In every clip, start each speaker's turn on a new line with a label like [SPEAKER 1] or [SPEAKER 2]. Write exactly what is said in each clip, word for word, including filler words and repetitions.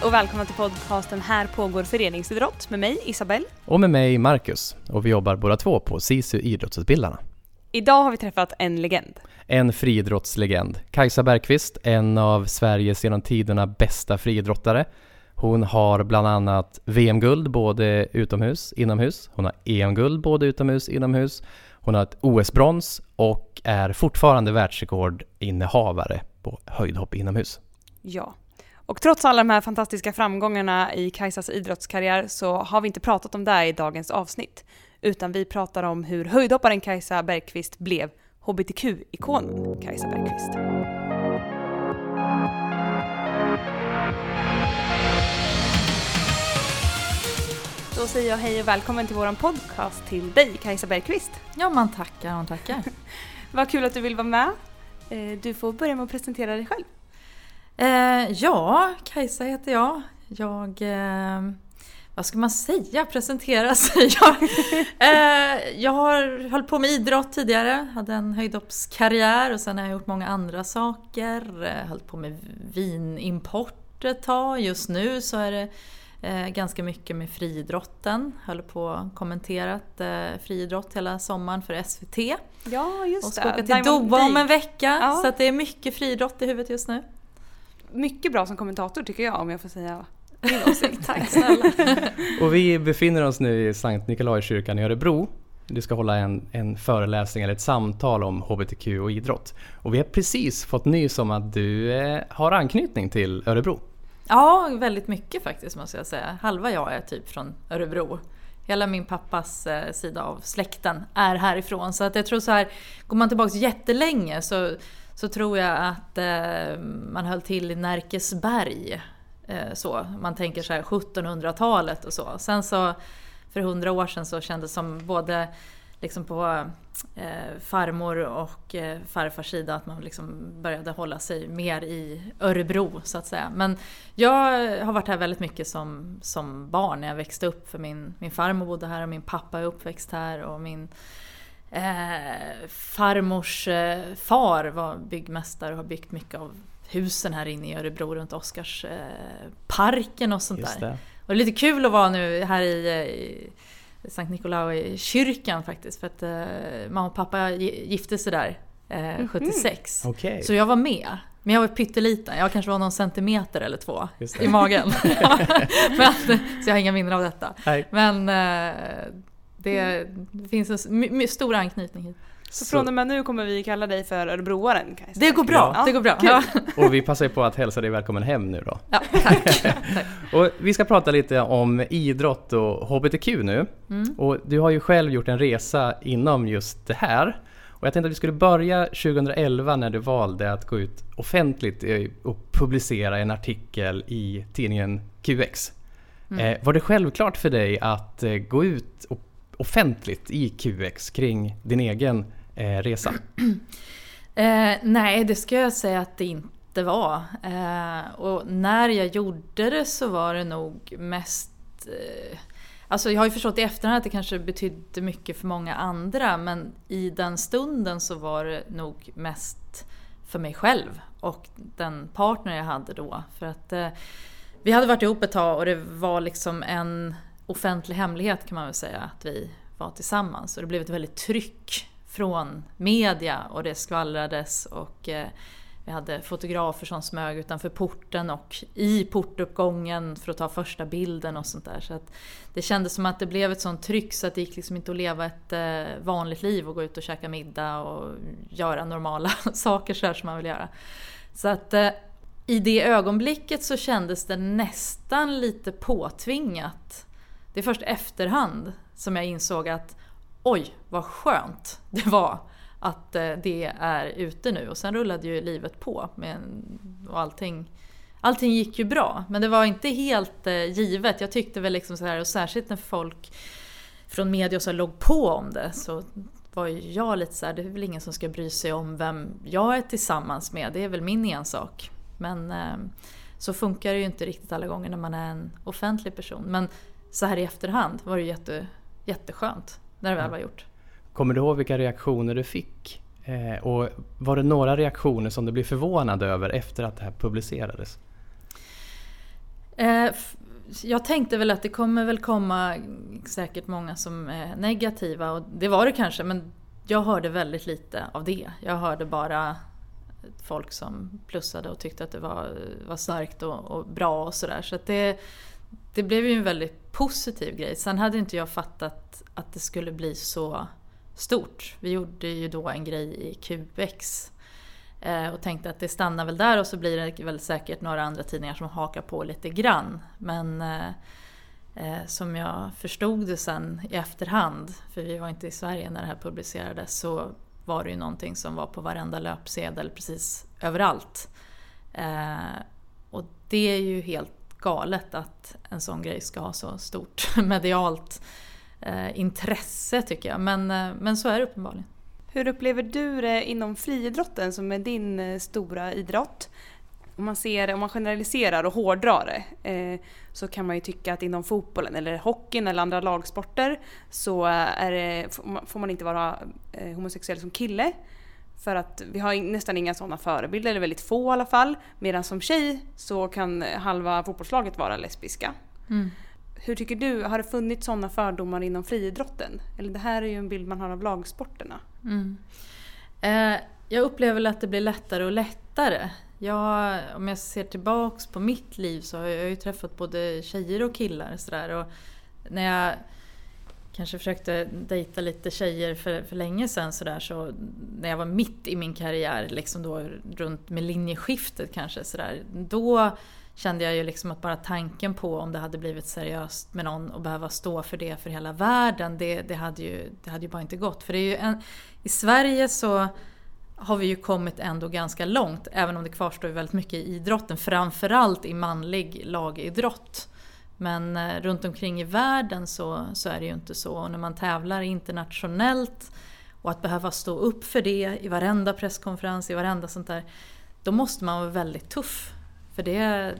[SPEAKER 1] och välkomna till podcasten Här pågår föreningsidrott med mig Isabelle.
[SPEAKER 2] Och med mig Marcus. Och vi jobbar båda två på SISU Idrottsutbildarna.
[SPEAKER 1] Idag har vi träffat en legend.
[SPEAKER 2] En friidrottslegend. Kajsa Bergqvist, en av Sveriges genom tiderna bästa friidrottare. Hon har bland annat V M-guld både utomhus, inomhus. Hon har E M-guld både utomhus, inomhus. Hon har ett O S-brons och är fortfarande världsrekordinnehavare på höjdhopp inomhus.
[SPEAKER 1] Ja, och trots alla de här fantastiska framgångarna i Kajsas idrottskarriär så har vi inte pratat om det i dagens avsnitt. Utan vi pratar om hur höjdhopparen Kajsa Bergqvist blev H B T Q-ikonen Kajsa Bergqvist. Då säger jag hej och välkommen till våran podcast till dig Kajsa Bergqvist.
[SPEAKER 3] Ja, man tackar, man tackar.
[SPEAKER 1] Vad kul att du vill vara med. Du får börja med att presentera dig själv.
[SPEAKER 3] Eh, ja, Kajsa heter jag. Jag, eh, vad ska man säga, presentera sig. jag, eh, jag har hållit på med idrott tidigare, hade en höjdhoppskarriär och sen har jag gjort många andra saker. Eh, hållit på med vinimport ett tag. Just nu så är det eh, ganska mycket med friidrotten. Håller på att kommenterat eh, friidrott hela sommaren för S V T.
[SPEAKER 1] Ja, just
[SPEAKER 3] och ska
[SPEAKER 1] det.
[SPEAKER 3] åka till Doha om en vecka,
[SPEAKER 1] ja.
[SPEAKER 3] Så att det är mycket friidrott i huvudet just nu.
[SPEAKER 1] Mycket bra som kommentator tycker jag, om jag får säga min åsikt. Tack snälla.
[SPEAKER 2] Och vi befinner oss nu i Sankt Nikolajkyrkan i Örebro. Du ska hålla en, en föreläsning eller ett samtal om H B T Q och idrott. Och vi har precis fått nys om att du eh, har anknytning till Örebro.
[SPEAKER 3] Ja, väldigt mycket faktiskt måste jag säga. Halva jag är typ från Örebro. Hela min pappas eh, sida av släkten är härifrån. Så att jag tror så här, går man tillbaka jättelänge så... så tror jag att eh, man höll till i Närkesberg. Eh, så. Man tänker så här sjuttonhundratalet och så. Sen så för hundra år sedan så kändes det som både liksom på eh, farmor och eh, farfars sida att man liksom började hålla sig mer i Örebro så att säga. Men jag har varit här väldigt mycket som, som barn när jag växte upp. För min, min farmor bodde här och min pappa är uppväxt här och min... Eh, farmors eh, far var byggmästare och har byggt mycket av husen här inne i Örebro runt Oscars eh, parken och sånt
[SPEAKER 2] Just
[SPEAKER 3] där.
[SPEAKER 2] det.
[SPEAKER 3] Och det är lite kul att vara nu här i, i Sankt Nikolaj kyrkan faktiskt för att eh, mamma och pappa gifte sig där eh, mm-hmm. sjuttiosex.
[SPEAKER 2] Okay.
[SPEAKER 3] Så jag var med. Men jag var pytteliten. Jag kanske var någon centimeter eller två
[SPEAKER 2] Just det.
[SPEAKER 3] i magen. Men, så jag har inga minnen av detta.
[SPEAKER 2] Nej.
[SPEAKER 3] Men eh, Det, det finns en my, my, stor anknytning hit.
[SPEAKER 1] Så, så från och med nu kommer vi kalla dig för Örebroaren, Kajsa.
[SPEAKER 3] Det går bra, ja. det går bra.
[SPEAKER 1] Ja.
[SPEAKER 2] Och vi passar på att hälsa dig välkommen hem nu då.
[SPEAKER 3] Ja, tack. tack.
[SPEAKER 2] Och vi ska prata lite om idrott och H B T Q nu. Mm. Och du har ju själv gjort en resa inom just det här. Och jag tänkte att vi skulle börja tjugoelva när du valde att gå ut offentligt och publicera en artikel i tidningen Q X. Mm. Eh, var det självklart för dig att eh, gå ut och offentligt i Q X kring din egen eh, resa?
[SPEAKER 3] Eh, nej, det ska jag säga att det inte var. Eh, och när jag gjorde det så var det nog mest... Eh, alltså jag har ju förstått i efterhand att det kanske betydde mycket för många andra. Men i den stunden så var det nog mest för mig själv och den partner jag hade då. För att eh, vi hade varit ihop ett tag och det var liksom en... offentlig hemlighet kan man väl säga att vi var tillsammans. Och det blev ett väldigt tryck från media och det skvallrades och eh, vi hade fotografer som smög utanför porten och i portuppgången för att ta första bilden och sånt där. Så att det kändes som att det blev ett sånt tryck så att det gick liksom inte att leva ett eh, vanligt liv och gå ut och käka middag och göra normala saker så här som man vill göra. Så att eh, i det ögonblicket så kändes det nästan lite påtvingat. Det är först efterhand som jag insåg att oj, vad skönt det var att det är ute nu. Och sen rullade ju livet på med, och allting, allting gick ju bra. Men det var inte helt givet. Jag tyckte väl liksom så här, och särskilt när folk från media så låg på om det så var ju jag lite så här, det är väl ingen som ska bry sig om vem jag är tillsammans med. Det är väl min ensak. Men så funkar det ju inte riktigt alla gånger när man är en offentlig person. Men så här i efterhand var det jätte, jätteskönt när det väl var gjort.
[SPEAKER 2] Kommer du ihåg vilka reaktioner du fick? Eh, och var det några reaktioner som du blev förvånad över efter att det här publicerades?
[SPEAKER 3] Eh, jag tänkte väl att det kommer väl komma säkert många som är negativa, och det var det kanske, men jag hörde väldigt lite av det. Jag hörde bara folk som plussade och tyckte att det var, var starkt och, och bra och sådär. Så att det, det blev ju en väldigt positiv grej. Sen hade inte jag fattat att det skulle bli så stort. Vi gjorde ju då en grej i Q X eh, och tänkte att det stannar väl där, och så blir det väl säkert några andra tidningar som hakar på lite grann. Men eh, eh, som jag förstod det sen i efterhand, för vi var inte i Sverige när det här publicerades, så var det ju någonting som var på varenda löpsedel precis överallt. Eh, och det är ju helt galet att en sån grej ska ha så stort medialt eh, intresse, tycker jag. Men, eh, men så är det uppenbarligen.
[SPEAKER 1] Hur upplever du det inom friidrotten som är din eh, stora idrott? Om man, ser, om man generaliserar och hårdrar det eh, så kan man ju tycka att inom fotbollen eller hockeyn eller andra lagsporter så är det, får man inte vara eh, homosexuell som kille. För att vi har nästan inga sådana förebilder, eller väldigt få i alla fall. Medan som tjej så kan halva fotbollslaget vara lesbiska. Mm. Hur tycker du, har det funnits sådana fördomar inom friidrotten? Eller det här är ju en bild man har av lagsporterna.
[SPEAKER 3] Mm. Eh, jag upplever väl att det blir lättare och lättare. Jag, om jag ser tillbaks på mitt liv så har jag ju träffat både tjejer och killar. Sådär. Och när jag kanske försökte dejta lite tjejer för, för länge sedan, sådär, så när jag var mitt i min karriär, liksom då, runt millennieskiftet kanske, sådär, då kände jag ju liksom att bara tanken på om det hade blivit seriöst med någon och behöva stå för det för hela världen, det, det, hade, ju, det hade ju bara inte gått. För det är ju en, i Sverige så har vi ju kommit ändå ganska långt, även om det kvarstår väldigt mycket i idrotten, framförallt i manlig lagidrott. Men eh, runt omkring i världen så, så är det ju inte så. Och när man tävlar internationellt och att behöva stå upp för det i varenda presskonferens, i varenda sånt där, då måste man vara väldigt tuff. För det,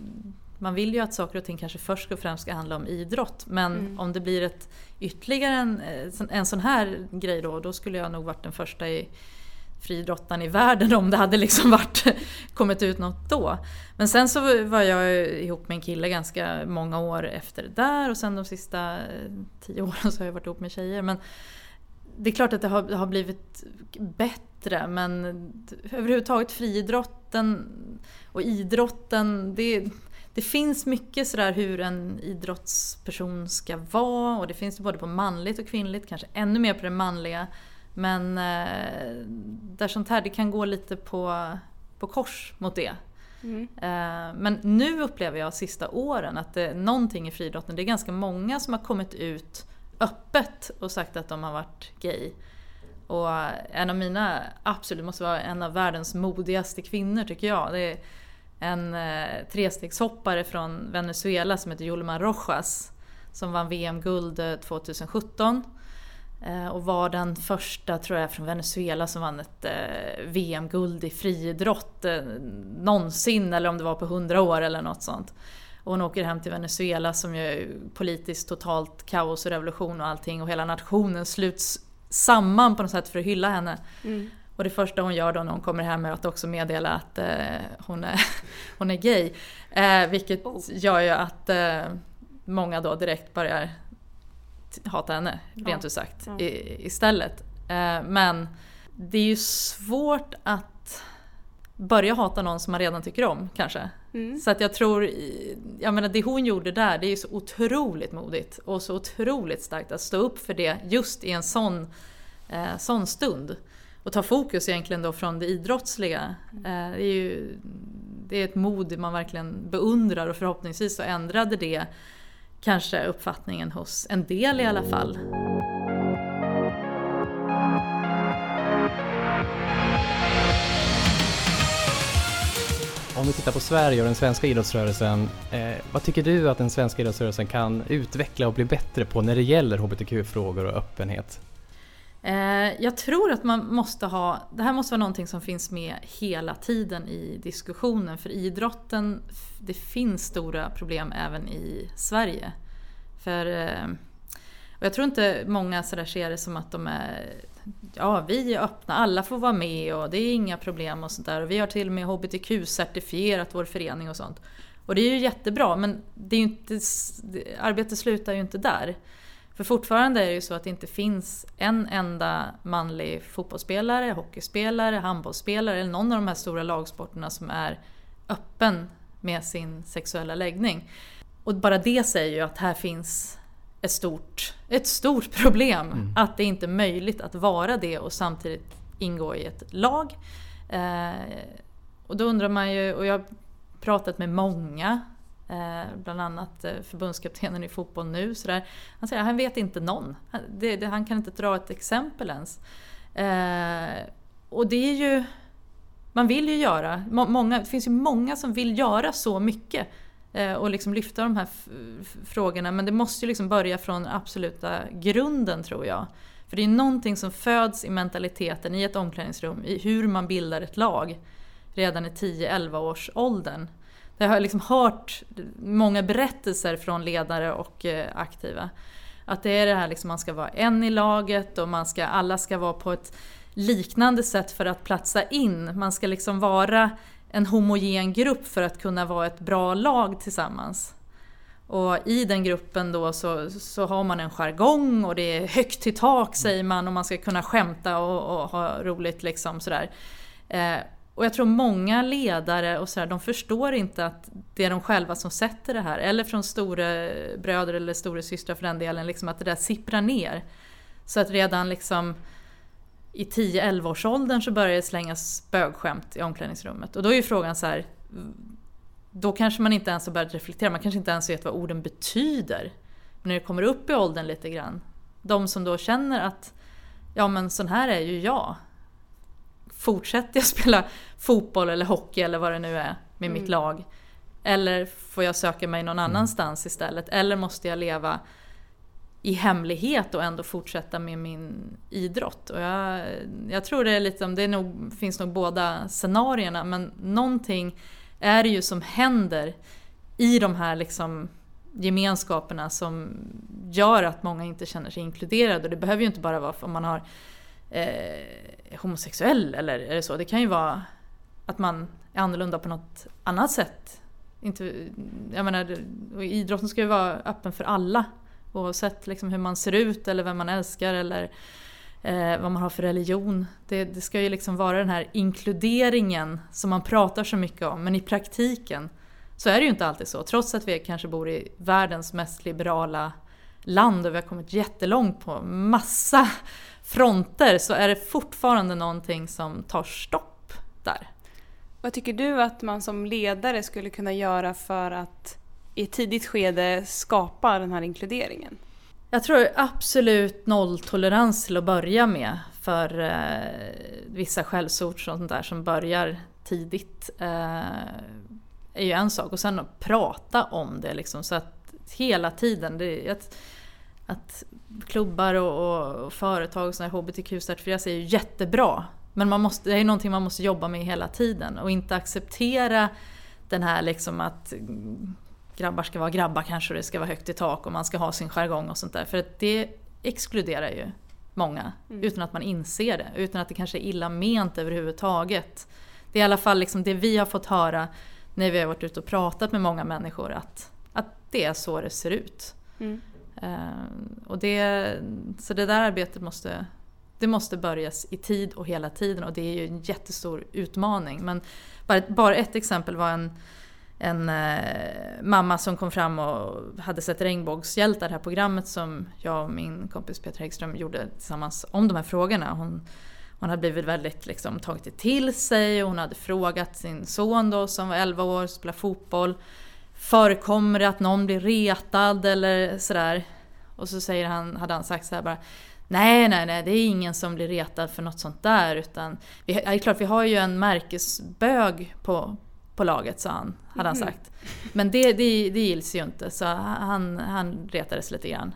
[SPEAKER 3] man vill ju att saker och ting kanske först och främst ska handla om idrott. Men mm. om det blir ett ytterligare en, en sån här grej då, då skulle jag nog varit den första i friidrottaren i världen om det hade liksom varit, kommit ut något då. Men sen så var jag ihop med en kille ganska många år efter det där, och sen de sista tio åren så har jag varit ihop med tjejer. Men det är klart att det har, det har blivit bättre, men överhuvudtaget friidrotten och idrotten, det, det finns mycket sådär hur en idrottsperson ska vara, och det finns både på manligt och kvinnligt, kanske ännu mer på det manliga. Men eh, där sånt här, det kan gå lite på, på kors mot det. Mm. Eh, men nu upplever jag sista åren att det är någonting i friidrotten. Det är ganska många som har kommit ut öppet och sagt att de har varit gay. Och en av mina, absolut måste vara en av världens modigaste kvinnor, tycker jag. Det är en eh, trestegshoppare från Venezuela som heter Yulma Rojas, som vann V M-guld tjugohundrasjutton. Och var den första, tror jag, från Venezuela som vann ett eh, V M-guld i friidrott eh, någonsin, eller om det var på hundra år eller något sånt. Och hon åker hem till Venezuela som är politiskt totalt kaos och revolution och allting, och hela nationen sluts samman på något sätt för att hylla henne. Mm. Och det första hon gör då när hon kommer hem är att också meddela att eh, hon, är, hon är gay. Eh, vilket oh. gör ju att eh, många då direkt börjar hata henne, rent ut sagt, ja. i, istället. Eh, men det är ju svårt att börja hata någon som man redan tycker om, kanske. Mm. Så att jag tror, jag menar, det hon gjorde där, det är ju så otroligt modigt och så otroligt starkt att stå upp för det just i en sån, eh, sån stund. Och ta fokus egentligen då från det idrottsliga. Eh, det är ju det är ett mod man verkligen beundrar, och förhoppningsvis så ändrade det kanske uppfattningen hos en del i alla fall.
[SPEAKER 2] Om vi tittar på Sverige och den svenska idrottsrörelsen, eh, vad tycker du att den svenska idrottsrörelsen kan utveckla och bli bättre på när det gäller H B T Q-frågor och öppenhet?
[SPEAKER 3] Eh, jag tror att man måste ha, det här måste vara någonting som finns med hela tiden i diskussionen, för idrotten, det finns stora problem även i Sverige. För eh, och jag tror inte många så där ser det som att de är, ja, vi är öppna, alla får vara med och det är inga problem och sånt där. Och vi har till och med H B T Q-certifierat vår förening och sånt. Och det är ju jättebra, men det är ju inte, arbetet slutar ju inte där. För fortfarande är det ju så att det inte finns en enda manlig fotbollsspelare, hockeyspelare, handbollsspelare eller någon av de här stora lagsporterna som är öppen med sin sexuella läggning. Och bara det säger ju att här finns ett stort, ett stort problem. Mm. Att det inte är möjligt att vara det och samtidigt ingå i ett lag. Eh, och då undrar man ju, och jag har pratat med många, eh, bland annat eh, förbundskaptenen i fotboll nu, så där, han säger att han vet inte någon. Han, det, det, han kan inte dra ett exempel ens. Eh, och det är ju, man vill ju göra, må, många, det finns ju många som vill göra så mycket eh, och liksom lyfta de här f- f- frågorna, men det måste ju liksom börja från absoluta grunden, tror jag. För det är någonting som föds i mentaliteten i ett omklädningsrum, i hur man bildar ett lag redan i tio elva års åldern. Jag har liksom hört många berättelser från ledare och eh, aktiva. Att det är det här liksom, man ska vara en i laget och man ska, alla ska vara på ett liknande sätt för att platsa in. Man ska liksom vara en homogen grupp för att kunna vara ett bra lag tillsammans. Och i den gruppen då så, så har man en jargong och det är högt i tak, säger man, och man ska kunna skämta och, och ha roligt liksom sådär. Eh, och jag tror många ledare och sådär, de förstår inte att det är de själva som sätter det här, eller från stora bröder eller stora systrar för den delen, liksom att det där sipprar ner. Så att redan liksom i tio elva års åldern så börjar det slängas spögskämt i omklädningsrummet. Och då är ju frågan så här, då kanske man inte ens har börjat reflektera, man kanske inte ens vet vad orden betyder. Men när det kommer upp i åldern lite grann, de som då känner att ja, men sån här är ju jag. Fortsätter jag spela fotboll eller hockey eller vad det nu är med mm. mitt lag? Eller får jag söka mig någon annanstans istället? Eller måste jag leva i hemlighet och ändå fortsätta med min idrott? Och jag, jag tror det är lite, det är nog, finns nog båda scenarierna, men någonting är det ju som händer i de här liksom gemenskaperna som gör att många inte känner sig inkluderade. Och det behöver ju inte bara vara om man har eh, homosexuell eller är det så. Det kan ju vara att man är annorlunda på något annat sätt. Inte, jag menar, idrotten ska ju vara öppen för alla, oavsett liksom hur man ser ut eller vem man älskar eller eh, vad man har för religion. Det, det ska ju liksom vara den här inkluderingen som man pratar så mycket om, men i praktiken så är det ju inte alltid så. Trots att vi kanske bor i världens mest liberala land och vi har kommit jättelångt på massa fronter, så är det fortfarande någonting som tar stopp där.
[SPEAKER 1] Vad tycker du att man som ledare skulle kunna göra för att i ett tidigt skede skapa den här inkluderingen?
[SPEAKER 3] Jag tror absolut nolltolerans till att börja med för eh, vissa skällsord och sånt där som börjar tidigt eh, är ju en sak. Och sen att prata om det liksom, så att hela tiden det, att, att klubbar och, och företag och såna här H B T Q-certifieras är ju jättebra. Men man måste, det är någonting man måste jobba med hela tiden och inte acceptera den här liksom att grabbar ska vara grabbar kanske, och det ska vara högt i tak och man ska ha sin jargong och sånt där. För att det exkluderar ju många mm. utan att man inser det, utan att det kanske är illa ment överhuvudtaget. Det är i alla fall liksom det vi har fått höra när vi har varit ute och pratat med många människor, att, att det är så det ser ut. Mm. Uh, och det, så det där arbetet måste, det måste börjas i tid och hela tiden, och det är ju en jättestor utmaning. Men bara, bara ett exempel var en En eh, mamma som kom fram och hade sett Regnbågshjältar, det här programmet som jag och min kompis Peter Häggström gjorde tillsammans om de här frågorna. Hon, hon hade blivit väldigt liksom, tagit det till sig, och hon hade frågat sin son då, som var elva år och spelar fotboll. Förekommer det att någon blir retad eller sådär? Och så säger han, hade han sagt så här bara: Nej, nej, nej, det är ingen som blir retad för något sånt där. Utan vi, det är klart, vi har ju en märkesbög på på laget, sa han, hade han sagt. Men det, det, det gills ju inte, så han, han retades lite grann.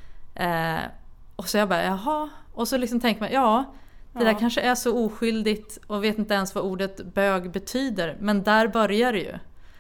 [SPEAKER 3] Eh, och så jag bara, jaha. Och så liksom tänker man, ja, det ja. där kanske är så oskyldigt och vet inte ens vad ordet bög betyder. Men där börjar det ju.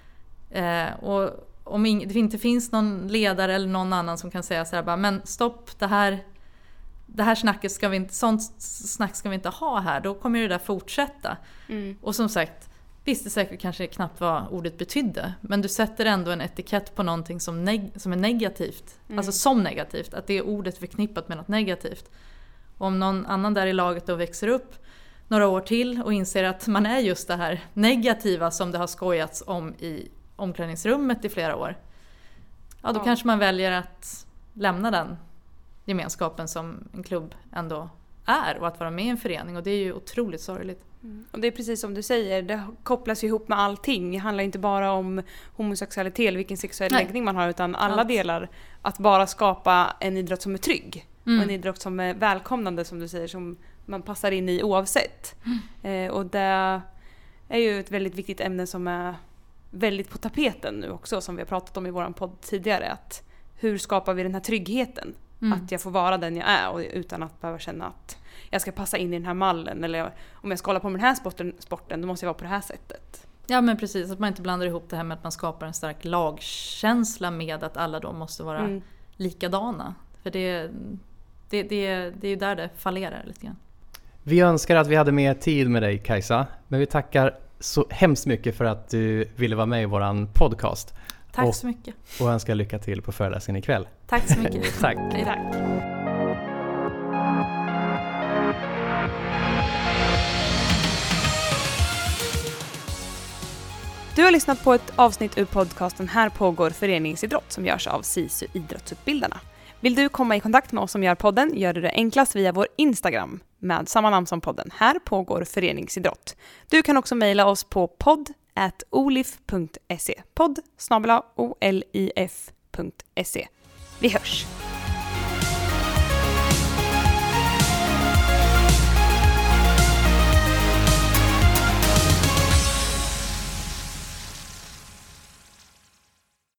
[SPEAKER 3] Eh, och om ing, det inte finns någon ledare eller någon annan som kan säga så här, bara, men stopp, det här, det här snacket ska vi inte, sånt snack ska vi inte ha här. Då kommer det där fortsätta. Mm. Och som sagt, visste säkert kanske knappt vad ordet betydde. Men du sätter ändå en etikett på någonting som, neg- som är negativt. Mm. Alltså som negativt. Att det är ordet förknippat med något negativt. Och om någon annan där i laget då växer upp några år till och inser att man är just det här negativa som det har skojats om i omklädningsrummet i flera år. Ja, då ja. kanske man väljer att lämna den gemenskapen som en klubb ändå är och att vara med i en förening. Och det är ju otroligt sorgligt.
[SPEAKER 1] Mm. Och det är precis som du säger, det kopplas ju ihop med allting. Det handlar inte bara om homosexualitet eller vilken sexuell Nej. läggning man har, utan alla Allt. delar. Att bara skapa en idrott som är trygg. Mm. Och en idrott som är välkomnande, som du säger, som man passar in i oavsett. Mm. Eh, och det är ju ett väldigt viktigt ämne som är väldigt på tapeten nu också, som vi har pratat om i våran podd tidigare. Att hur skapar vi den här tryggheten? Mm. Att jag får vara den jag är och utan att behöva känna att jag ska passa in i den här mallen. Eller om jag ska hålla på med den här sporten, sporten då måste jag vara på det här sättet.
[SPEAKER 3] Ja, men precis. Att man inte blandar ihop det här med att man skapar en stark lagkänsla med att alla då måste vara mm. likadana. För det, det, det, det är ju där det fallerar lite grann.
[SPEAKER 2] Vi önskar att vi hade mer tid med dig, Kajsa. Men vi tackar så hemskt mycket för att du ville vara med i våran podcast.
[SPEAKER 3] Tack
[SPEAKER 2] och,
[SPEAKER 3] så mycket.
[SPEAKER 2] Och önskar lycka till på föreläsningen ikväll.
[SPEAKER 3] Tack så mycket.
[SPEAKER 2] Tack.
[SPEAKER 3] Hej, tack.
[SPEAKER 1] Du har lyssnat på ett avsnitt ur podcasten Här pågår föreningsidrott som görs av SISU Idrottsutbildarna. Vill du komma i kontakt med oss som gör podden gör du det enklast via vår Instagram med samma namn som podden. Här pågår föreningsidrott. Du kan också mejla oss på podd at olif punkt se. Podd snabel-a olif punkt se. Vi hörs!